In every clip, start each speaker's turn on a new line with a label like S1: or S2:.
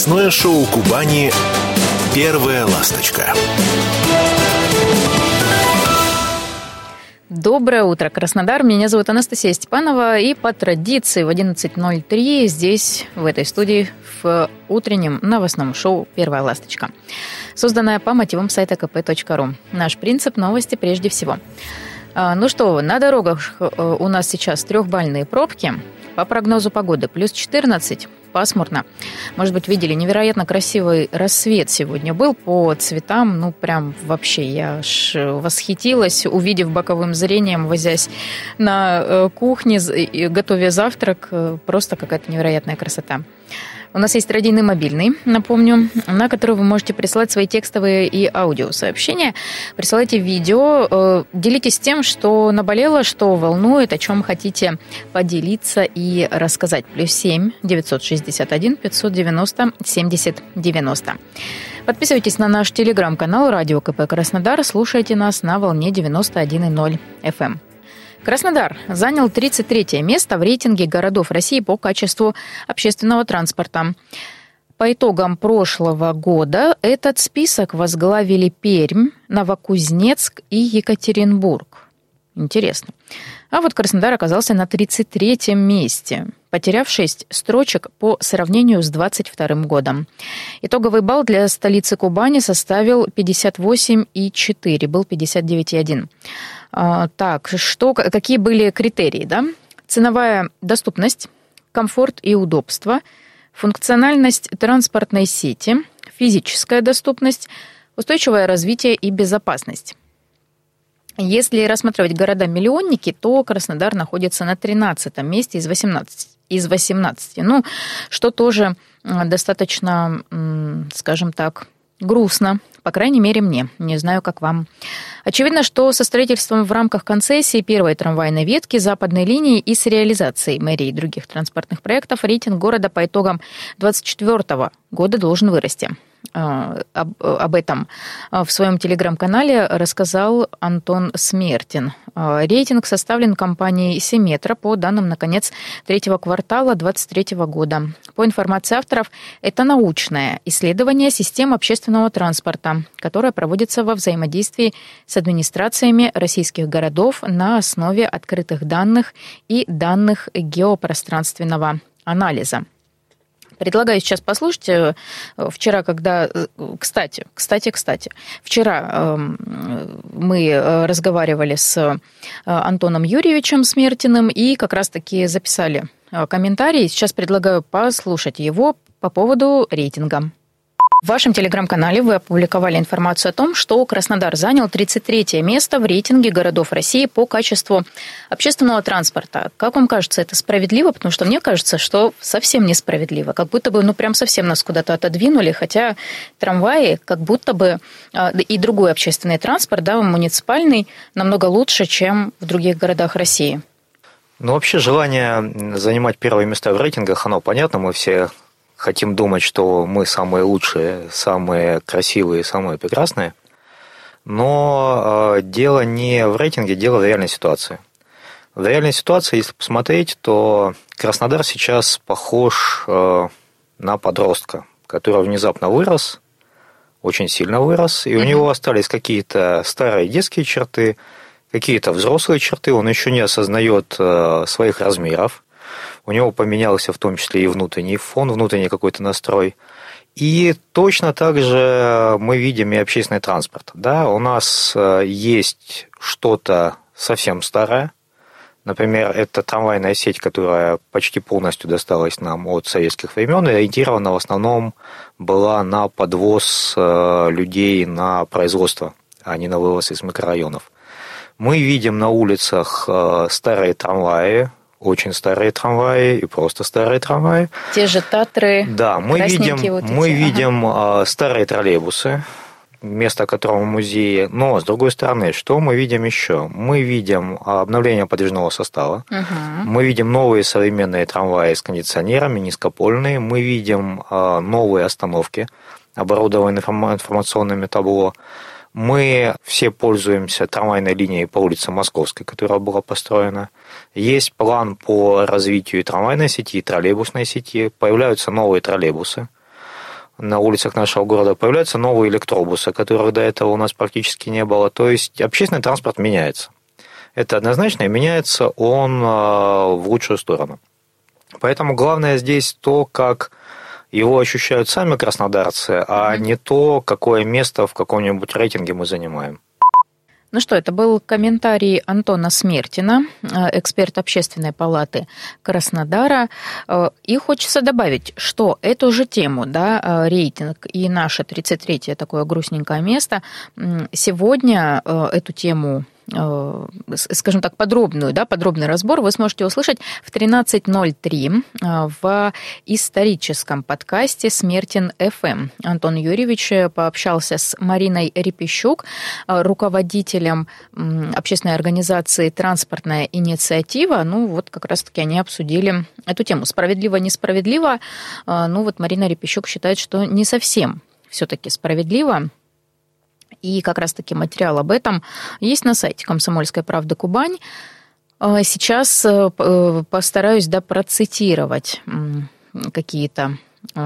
S1: Новостное шоу Кубани «Первая ласточка».
S2: Доброе утро, Краснодар. Меня зовут Анастасия Степанова. И по традиции в 11:03 здесь, в этой студии, в утреннем новостном шоу «Первая ласточка», созданное по мотивам сайта kp.ru. Наш принцип – новости прежде всего. Ну что, на дорогах у нас сейчас 3-бальные пробки. По прогнозу погоды плюс 14, пасмурно. Может быть, видели, невероятно красивый рассвет сегодня был по цветам. Ну, прям вообще я аж восхитилась, увидев боковым зрением, возясь на кухне, готовя завтрак. Просто какая-то невероятная красота. У нас есть радийный мобильный, напомню, на который вы можете присылать свои текстовые и аудиосообщения. Присылайте видео, делитесь тем, что наболело, что волнует, о чем хотите поделиться и рассказать. +7 961 590 70 90. Подписывайтесь на наш телеграм-канал «Радио КП Краснодар». Слушайте нас на волне 91,0 FM. Краснодар занял 33-е место в рейтинге городов России по качеству общественного транспорта. По итогам прошлого года этот список возглавили Пермь, Новокузнецк и Екатеринбург. Интересно. А вот Краснодар оказался на 33-м месте, потеряв 6 строчек по сравнению с 2022 годом. Итоговый балл для столицы Кубани составил 58,4, был 59,1. Так, какие были критерии, да? Ценовая доступность, комфорт и удобство, функциональность транспортной сети, физическая доступность, устойчивое развитие и безопасность. Если рассматривать города-миллионники, то Краснодар находится на 13-м месте из 18. Ну, что тоже достаточно, скажем так, грустно. По крайней мере, мне. Не знаю, как вам. Очевидно, что со строительством в рамках концессии первой трамвайной ветки западной линии и с реализацией мэрии и других транспортных проектов рейтинг города по итогам 2024 года должен вырасти. Об этом в своем телеграм-канале рассказал Антон Смертин. Рейтинг составлен компанией Симметра по данным на конец третьего квартала 2023 года. По информации авторов, это научное исследование систем общественного транспорта, которое проводится во взаимодействии с администрациями российских городов на основе открытых данных и данных геопространственного анализа. Предлагаю сейчас послушать. Вчера, когда... Кстати, вчера мы разговаривали с Антоном Юрьевичем Смертиным и как раз-таки записали комментарий. Сейчас предлагаю послушать его по поводу рейтинга. В вашем телеграм-канале вы опубликовали информацию о том, что Краснодар занял 33-е место в рейтинге городов России по качеству общественного транспорта. Как вам кажется, это справедливо? Потому что мне кажется, что совсем несправедливо. Как будто бы, прям совсем нас куда-то отодвинули, хотя трамваи, как будто бы, и другой общественный транспорт, да, муниципальный, намного лучше, чем в других городах России.
S3: Ну, вообще, желание занимать первые места в рейтингах, оно понятно, мы все хотим думать, что мы самые лучшие, самые красивые, самые прекрасные. Но дело не в рейтинге, дело в реальной ситуации. В реальной ситуации, если посмотреть, то Краснодар сейчас похож на подростка, который внезапно вырос, очень сильно вырос, и у него остались какие-то старые детские черты, какие-то взрослые черты, он еще не осознает своих размеров. У него поменялся в том числе и внутренний фон, внутренний какой-то настрой. И точно так же мы видим и общественный транспорт. Да, у нас есть что-то совсем старое. Например, это трамвайная сеть, которая почти полностью досталась нам от советских времен и ориентирована в основном была на подвоз людей на производство, а не на вывоз из микрорайонов. Мы видим на улицах старые трамваи, очень старые трамваи и просто старые трамваи. Те же Татры. Да, мы видим старые троллейбусы, место которого в музее. Но, с другой стороны, что мы видим еще? Мы видим обновление подвижного состава, мы видим новые современные трамваи с кондиционерами, низкопольные, мы видим новые остановки, оборудованные информационными табло. Мы все пользуемся трамвайной линией по улице Московской, которая была построена. Есть план по развитию трамвайной сети, троллейбусной сети. Появляются новые троллейбусы. на улицах нашего города, появляются новые электробусы, которых до этого у нас практически не было. То есть общественный транспорт меняется. Это однозначно, и меняется он в лучшую сторону. Поэтому главное здесь то, как его ощущают сами краснодарцы, а не то, какое место в каком-нибудь рейтинге мы занимаем.
S2: Ну что, это был комментарий Антона Смертина, эксперт Общественной палаты Краснодара. И хочется добавить, что эту же тему, да, рейтинг и наше 33-е такое грустненькое место, сегодня эту тему, скажем так, подробный разбор вы сможете услышать в 13:03 в историческом подкасте «Смертин ФМ». Антон Юрьевич пообщался с Мариной Репещук, руководителем общественной организации «Транспортная инициатива». Ну, вот как раз-таки они обсудили эту тему. Справедливо, несправедливо. Ну, вот Марина Репещук считает, что не совсем все-таки справедливо. И как раз-таки материал об этом есть на сайте «Комсомольской правды Кубань». Сейчас постараюсь процитировать какие-то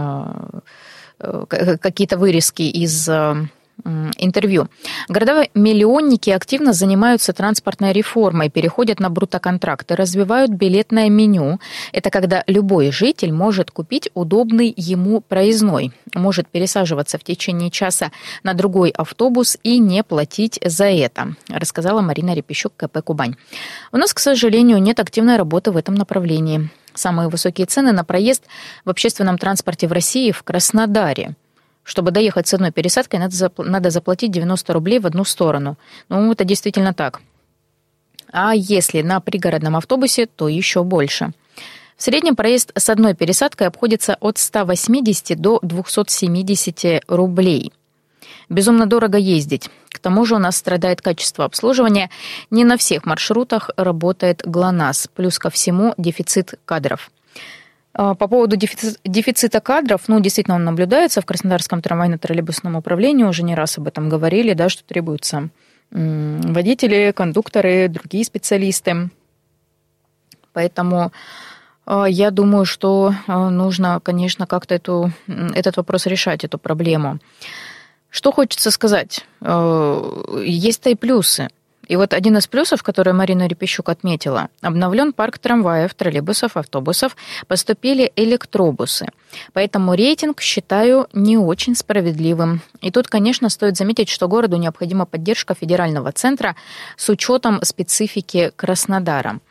S2: вырезки из интервью. Города-миллионники активно занимаются транспортной реформой, переходят на брутоконтракты, развивают билетное меню. Это когда любой житель может купить удобный ему проездной, может пересаживаться в течение часа на другой автобус и не платить за это, рассказала Марина Репещук, КП «Кубань». У нас, к сожалению, нет активной работы в этом направлении. Самые высокие цены на проезд в общественном транспорте в России в Краснодаре. Чтобы доехать с одной пересадкой, надо заплатить 90 рублей в одну сторону. Ну, это действительно так. А если на пригородном автобусе, то еще больше. В среднем проезд с одной пересадкой обходится от 180 до 270 рублей. Безумно дорого ездить. К тому же у нас страдает качество обслуживания. Не на всех маршрутах работает ГЛОНАСС. Плюс ко всему дефицит кадров. По поводу дефицита кадров, действительно он наблюдается в Краснодарском трамвайно-троллейбусном управлении, уже не раз об этом говорили, да, что требуются водители, кондукторы, другие специалисты. Поэтому я думаю, что нужно, конечно, как-то этот вопрос решать, эту проблему. Что хочется сказать? Есть-то и плюсы. И вот один из плюсов, который Марина Репещук отметила, обновлен парк трамваев, троллейбусов, автобусов, поступили электробусы. Поэтому рейтинг считаю не очень справедливым. И тут, конечно, стоит заметить, что городу необходима поддержка федерального центра с учетом специфики Краснодара.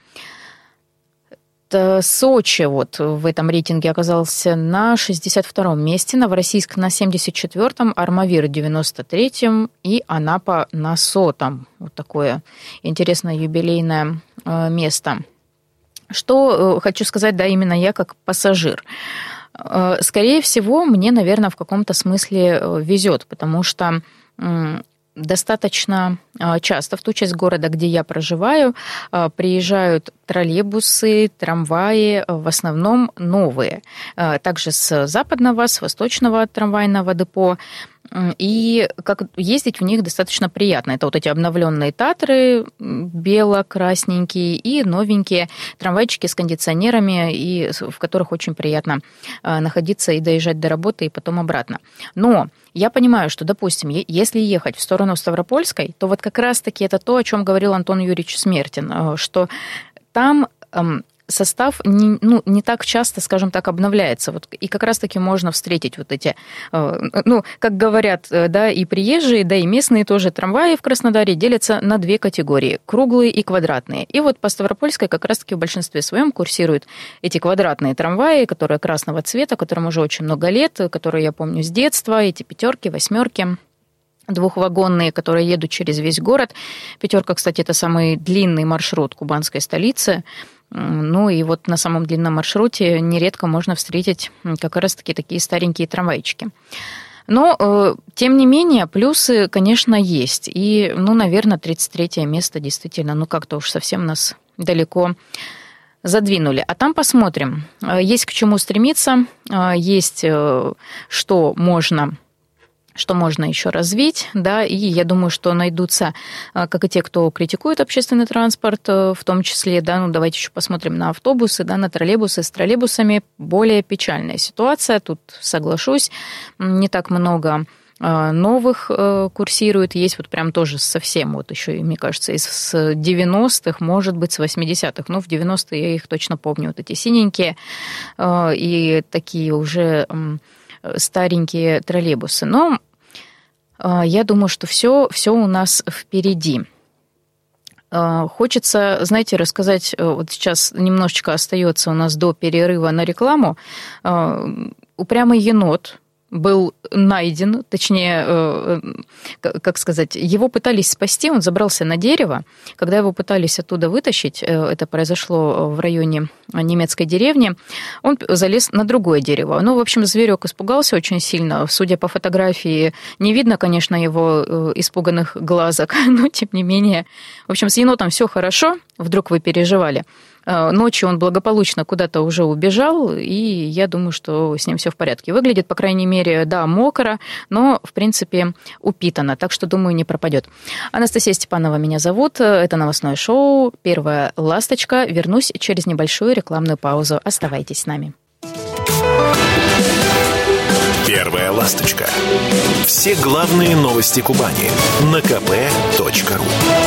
S2: Сочи в этом рейтинге оказался на 62-м месте, Новороссийск на 74-м, Армавир 93-м и Анапа на 100-м. Вот такое интересное юбилейное место. Что хочу сказать, да, именно я как пассажир. Скорее всего, мне, наверное, в каком-то смысле везет, потому что достаточно часто в ту часть города, где я проживаю, приезжают троллейбусы, трамваи, в основном новые. Также с западного, с восточного трамвайного депо. И как ездить в них достаточно приятно. Это вот эти обновленные Татры, бело-красненькие, и новенькие трамвайчики с кондиционерами, и в которых очень приятно находиться и доезжать до работы, и потом обратно. Но я понимаю, что, допустим, если ехать в сторону Ставропольской, то вот как раз-таки это то, о чем говорил Антон Юрьевич Смертин, что там состав не так часто, скажем так, обновляется. И как раз-таки можно встретить вот эти, как говорят, да, и приезжие, да, и местные тоже трамваи в Краснодаре делятся на две категории – круглые и квадратные. И вот по Ставропольской как раз-таки в большинстве своем курсируют эти квадратные трамваи, которые красного цвета, которым уже очень много лет, которые я помню с детства, эти пятерки, восьмерки. Двухвагонные, которые едут через весь город. Пятерка, кстати, это самый длинный маршрут кубанской столицы. И вот на самом длинном маршруте нередко можно встретить как раз-таки такие старенькие трамвайчики. Но, тем не менее, плюсы, конечно, есть. И, наверное, 33-е место действительно, как-то уж совсем нас далеко задвинули. А там посмотрим. Есть к чему стремиться, есть что можно что можно еще развить, да, и я думаю, что найдутся, как и те, кто критикует общественный транспорт, в том числе, да, ну, давайте еще посмотрим на автобусы, да, на троллейбусы. С троллейбусами более печальная ситуация, тут соглашусь, не так много новых курсирует, есть вот прям тоже совсем, вот еще, мне кажется, из 90-х, может быть, с 80-х, но в 90-е я их точно помню, вот эти синенькие и такие уже старенькие троллейбусы. Но я думаю, что все у нас впереди. Хочется, знаете, рассказать, вот сейчас немножечко остается у нас до перерыва на рекламу. Упрямый енот был найден, точнее, как сказать, его пытались спасти, он забрался на дерево. Когда его пытались оттуда вытащить, это произошло в районе немецкой деревни, он залез на другое дерево. Ну, в общем, зверек испугался очень сильно. Судя по фотографии, не видно, конечно, его испуганных глазок, но тем не менее. В общем, с енотом все хорошо, вдруг вы переживали. Ночью он благополучно куда-то уже убежал, и я думаю, что с ним все в порядке. Выглядит, по крайней мере, да, мокро, но, в принципе, упитано, так что, думаю, не пропадет. Анастасия Степанова меня зовут. Это новостное шоу «Первая ласточка». Вернусь через небольшую рекламную паузу. Оставайтесь с нами.
S1: «Первая ласточка». Все главные новости Кубани на kp.ru.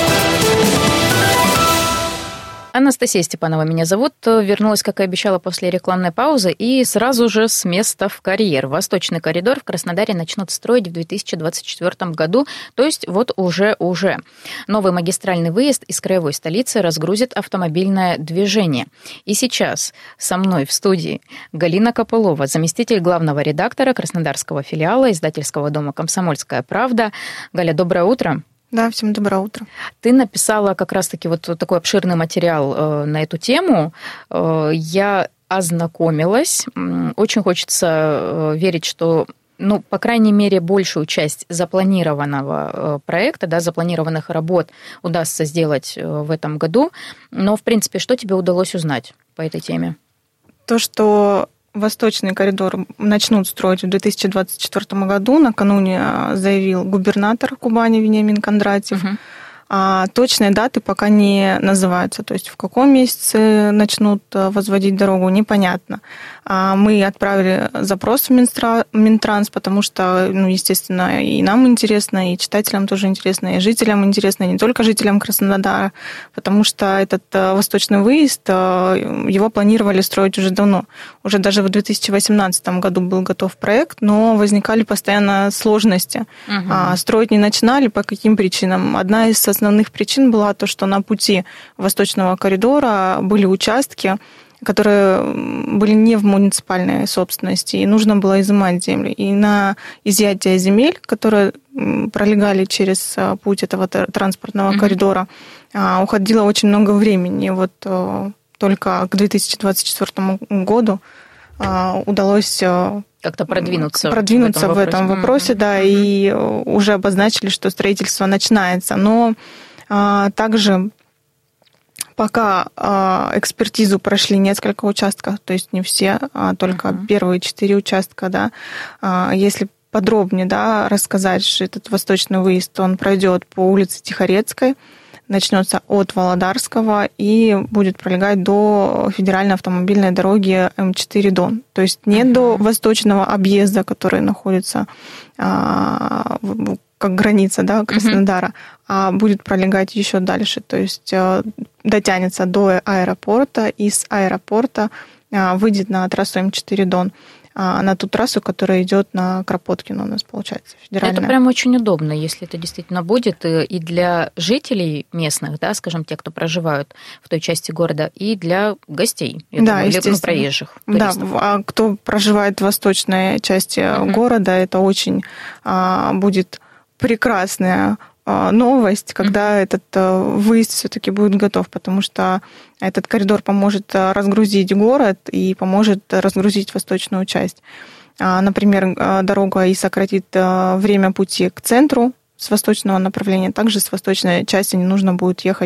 S2: Анастасия Степанова меня зовут. Вернулась, как и обещала, после рекламной паузы и сразу же с места в карьер. Восточный коридор в Краснодаре начнут строить в 2024 году, то есть вот уже. Новый магистральный выезд из краевой столицы разгрузит автомобильное движение. И сейчас со мной в студии Галина Копылова, заместитель главного редактора краснодарского филиала издательского дома «Комсомольская правда». Галя, доброе утро.
S4: Да, всем доброе утро.
S2: Ты написала как раз-таки вот такой обширный материал на эту тему. Я ознакомилась. Очень хочется верить, что, ну, по крайней мере, большую часть запланированного проекта, да, запланированных работ удастся сделать в этом году. Но, в принципе, что тебе удалось узнать по этой теме?
S4: То, что Восточный коридор начнут строить в 2024 году, накануне заявил губернатор Кубани Вениамин Кондратьев. Точные даты пока не называются, то есть в каком месяце начнут возводить дорогу, непонятно. Мы отправили запрос в Минтранс, потому что, ну, естественно, и нам интересно, и читателям тоже интересно, и жителям интересно, и не только жителям Краснодара, потому что этот восточный выезд, его планировали строить уже давно. Уже даже в 2018 году был готов проект, но возникали постоянно сложности. Строить не начинали, по каким причинам? Одна из основных причин была то, что на пути Восточного коридора были участки, которые были не в муниципальной собственности, и нужно было изымать земли. И на изъятие земель, которые пролегали через путь этого транспортного коридора, уходило очень много времени. И вот только к 2024 году удалось
S2: как-то продвинуться
S4: в этом вопросе, да, и уже обозначили, что строительство начинается. Но также пока экспертизу прошли несколько участков, то есть не все, а только первые 4 участка, да. Если подробнее, да, рассказать, что этот восточный выезд, он пройдет по улице Тихорецкой, начнется от Володарского и будет пролегать до федеральной автомобильной дороги М4 Дон. То есть не до восточного объезда, который находится как граница, да, Краснодара, а будет пролегать еще дальше. То есть дотянется до аэропорта и с аэропорта выйдет на трассу М4 Дон. На ту трассу, которая идет на Кропоткина у нас, получается, федеральная.
S2: Это прям очень удобно, если это действительно будет и для жителей местных, да, скажем, тех, кто проживают в той части города, и для гостей,
S4: да,
S2: или проезжих туристов.
S4: Да, а кто проживает в восточной части города, это очень будет прекрасная новость, когда этот выезд все-таки будет готов, потому что этот коридор поможет разгрузить город и поможет разгрузить восточную часть. Например, дорога и сократит время пути к центру с восточного направления. Также с восточной части не нужно будет ехать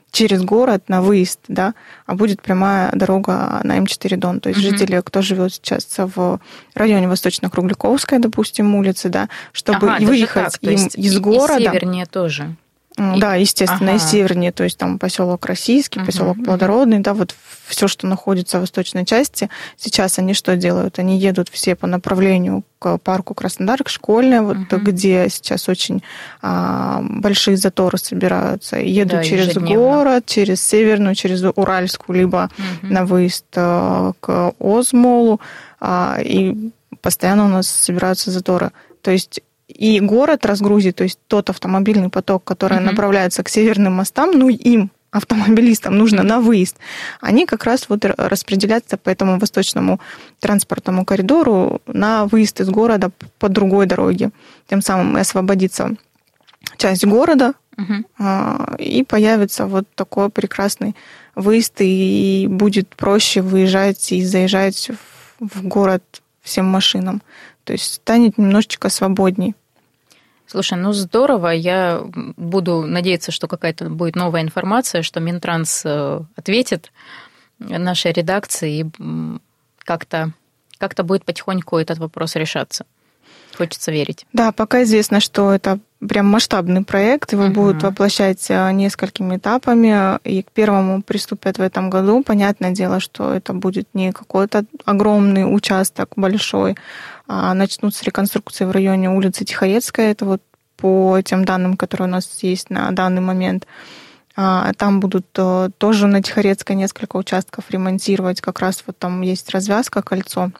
S4: через город на выезд, да, а будет прямая дорога на М4 Дон. То есть жители, кто живет сейчас в районе Восточно-Кругляковской, допустим, улицы, да, чтобы выехать им из города.
S2: И севернее тоже.
S4: Да, естественно, и севернее, то есть там поселок Российский, поселок Плодородный, да, вот все, что находится в восточной части. Сейчас они что делают? Они едут все по направлению к парку Краснодар, к Школьной, вот где сейчас очень большие заторы собираются. Едут через город, через Северную, через Уральскую, либо на выезд к Озмолу, и постоянно у нас собираются заторы. То есть и город разгрузит, то есть тот автомобильный поток, который направляется к северным мостам, ну, им, автомобилистам, нужно на выезд, они как раз вот распределятся по этому восточному транспортному коридору на выезд из города по другой дороге. Тем самым и освободится часть города, и появится вот такой прекрасный выезд, и будет проще выезжать и заезжать в город всем машинам. То есть станет немножечко свободней.
S2: Слушай, ну здорово. Я буду надеяться, что какая-то будет новая информация, что Минтранс ответит нашей редакции, и как-то будет потихоньку этот вопрос решаться. Хочется верить.
S4: Да, пока известно, что это прям масштабный проект, его будут воплощать несколькими этапами, и к первому приступят в этом году. Понятное дело, что это будет не какой-то огромный участок большой, а начнут с реконструкции в районе улицы Тихорецкая, это вот по тем данным, которые у нас есть на данный момент. Там будут тоже на Тихорецкой несколько участков ремонтировать, как раз вот там есть развязка, кольцо.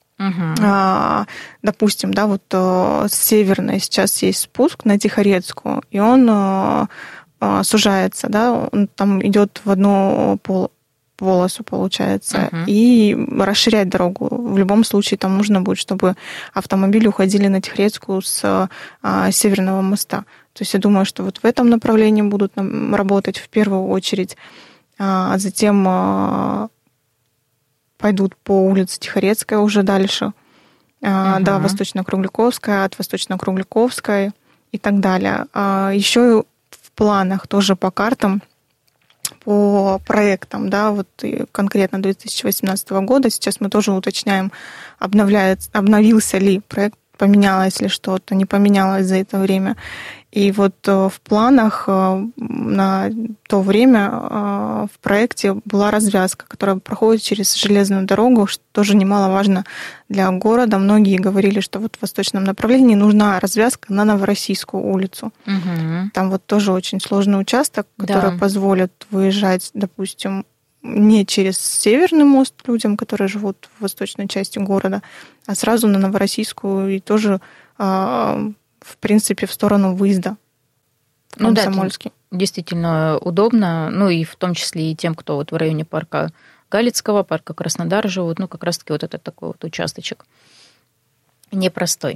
S4: Допустим, да, вот с северной сейчас есть спуск на Тихорецкую, и он сужается, да, он там идет в одну полосу, получается, и расширять дорогу. В любом случае там нужно будет, чтобы автомобили уходили на Тихорецкую с Северного моста. То есть я думаю, что вот в этом направлении будут работать в первую очередь, а затем пойдут по улице Тихорецкая уже дальше, до Восточно-Кругляковской, от Восточно-Кругляковской и так далее. Еще в планах тоже по картам, по проектам, да, вот конкретно 2018 года, сейчас мы тоже уточняем, обновился ли проект, поменялось ли что-то, не поменялось за это время. И вот в планах на то время в проекте была развязка, которая проходит через железную дорогу, что тоже немаловажно для города. Многие говорили, что вот в восточном направлении нужна развязка на Новороссийскую улицу. Там вот тоже очень сложный участок, который позволит выезжать, допустим, не через Северный мост людям, которые живут в восточной части города, а сразу на Новороссийскую и тоже, в принципе, в сторону выезда в Комсомольский.
S2: Да, действительно удобно, ну и в том числе и тем, кто вот в районе парка Галицкого, парка Краснодар живут, ну как раз-таки вот этот такой вот участочек непростой.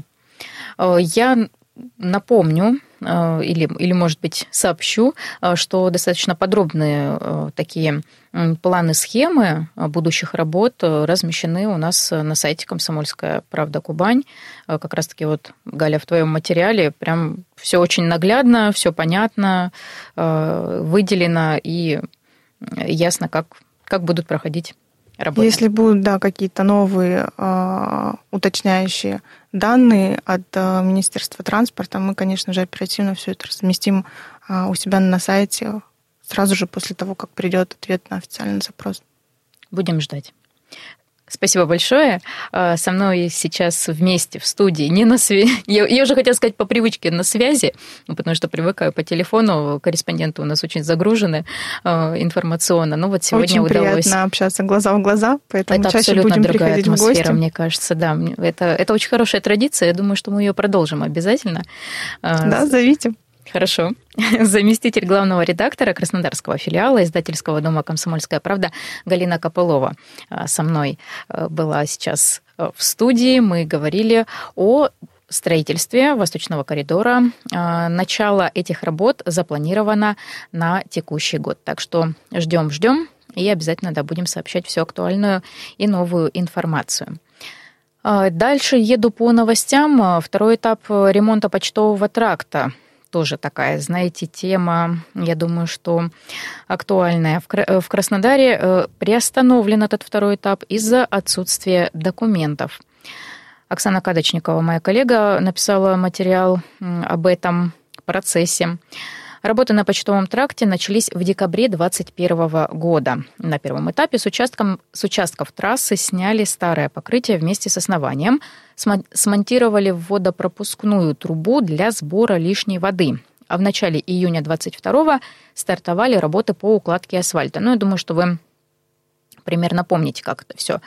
S2: Я напомню, или, может быть, сообщу, что достаточно подробные такие планы, схемы будущих работ размещены у нас на сайте «Комсомольская правда. Кубань». Как раз-таки вот, Галя, в твоем материале прям все очень наглядно, все понятно, выделено и ясно, как будут проходить работы.
S4: Если будут, да, какие-то новые уточняющие данные от Министерства транспорта, мы, конечно же, оперативно все это разместим у себя на сайте сразу же после того, как придет ответ на официальный запрос.
S2: Будем ждать. Спасибо большое. Со мной сейчас вместе в студии, не на связи, я уже хотела сказать по привычке на связи, потому что привыкаю по телефону, корреспонденты у нас очень загружены информационно. Но вот сегодня
S4: очень
S2: удалось...
S4: приятно общаться глаза в глаза, поэтому
S2: это
S4: чаще
S2: абсолютно
S4: будем
S2: другая
S4: приходить
S2: атмосфера,
S4: в гости.
S2: мне кажется, да. Это очень хорошая традиция, я думаю, что мы ее продолжим обязательно.
S4: Да, зовите.
S2: Хорошо. Заместитель главного редактора краснодарского филиала издательского дома «Комсомольская правда» Галина Копылова со мной была сейчас в студии. Мы говорили о строительстве Восточного коридора. Начало этих работ запланировано на текущий год. Так что ждем и обязательно будем сообщать всю актуальную и новую информацию. Дальше еду по новостям. Второй этап ремонта почтового тракта тоже такая, знаете, тема, я думаю, что актуальная. В Краснодаре приостановлен этот второй этап из-за отсутствия документов. Оксана Кадочникова, моя коллега, написала материал об этом процессе. Работы на почтовом тракте начались в декабре 2021 года. На первом этапе с участков трассы сняли старое покрытие вместе с основанием, смонтировали водопропускную трубу для сбора лишней воды. А в начале июня 2022 стартовали работы по укладке асфальта. Я думаю, что вы примерно помните, как это все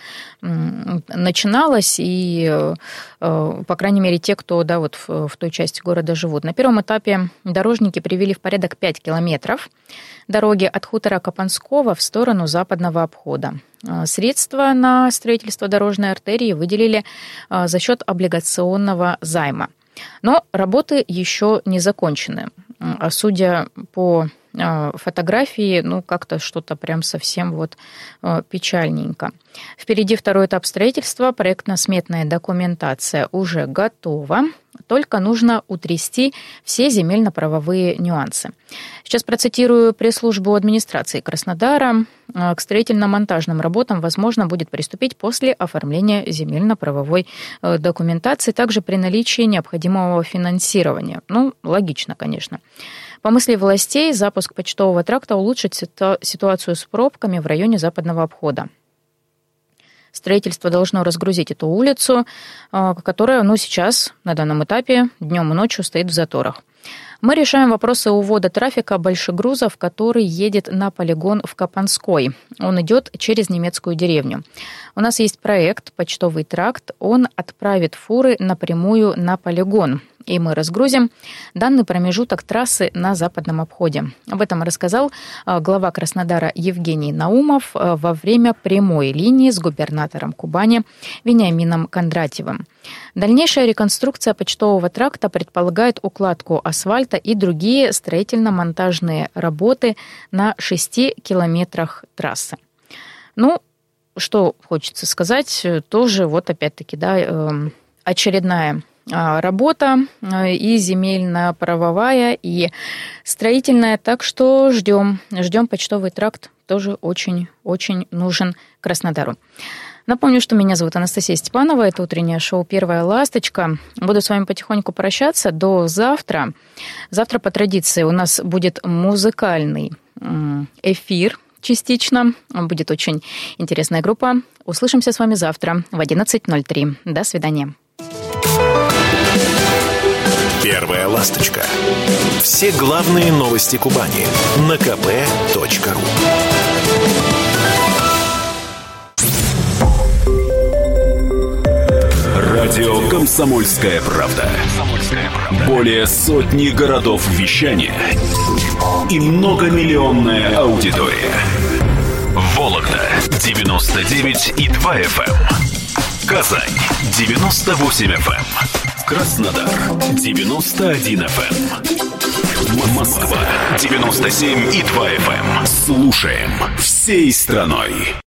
S2: начиналось, и, по крайней мере, те, кто в той части города живут. На первом этапе дорожники привели в порядок 5 километров дороги от хутора Копанского в сторону западного обхода. Средства на строительство дорожной артерии выделили за счет облигационного займа. Но работы еще не закончены. А судя по фотографии, как-то что-то прям совсем печальненько. Впереди второй этап строительства, проектно-сметная документация уже готова, только нужно утрясти все земельно-правовые нюансы. Сейчас процитирую пресс-службу администрации Краснодара. К строительно-монтажным работам возможно будет приступить после оформления земельно-правовой документации, также при наличии необходимого финансирования. Логично, конечно. По мысли властей, запуск почтового тракта улучшит ситуацию с пробками в районе западного обхода. Строительство должно разгрузить эту улицу, которая, сейчас, на данном этапе, днем и ночью стоит в заторах. Мы решаем вопросы увода трафика большегрузов, который едет на полигон в Копанской. Он идет через немецкую деревню. У нас есть проект «Почтовый тракт». Он отправит фуры напрямую на полигон. И мы разгрузим данный промежуток трассы на западном обходе. Об этом рассказал глава Краснодара Евгений Наумов во время прямой линии с губернатором Кубани Вениамином Кондратьевым. Дальнейшая реконструкция почтового тракта предполагает укладку асфальта и другие строительно-монтажные работы на 6 километрах трассы. Что хочется сказать, тоже опять-таки, очередная работа и земельно-правовая, и строительная. Так что ждем почтовый тракт, тоже очень-очень нужен Краснодару. Напомню, что меня зовут Анастасия Степанова, это утреннее шоу «Первая ласточка». Буду с вами потихоньку прощаться до завтра. Завтра по традиции у нас будет музыкальный эфир частично. Будет очень интересная группа. Услышимся с вами завтра в 11:03. До свидания.
S1: «Первая ласточка». Все главные новости Кубани на kp.ru.
S5: Радио «Комсомольская правда». Более сотни городов вещания и многомиллионная аудитория. Вологда 99,2 FM. Казань 98 FM. Краснодар 91 FM. Москва 97,2 FM. Слушаем всей страной.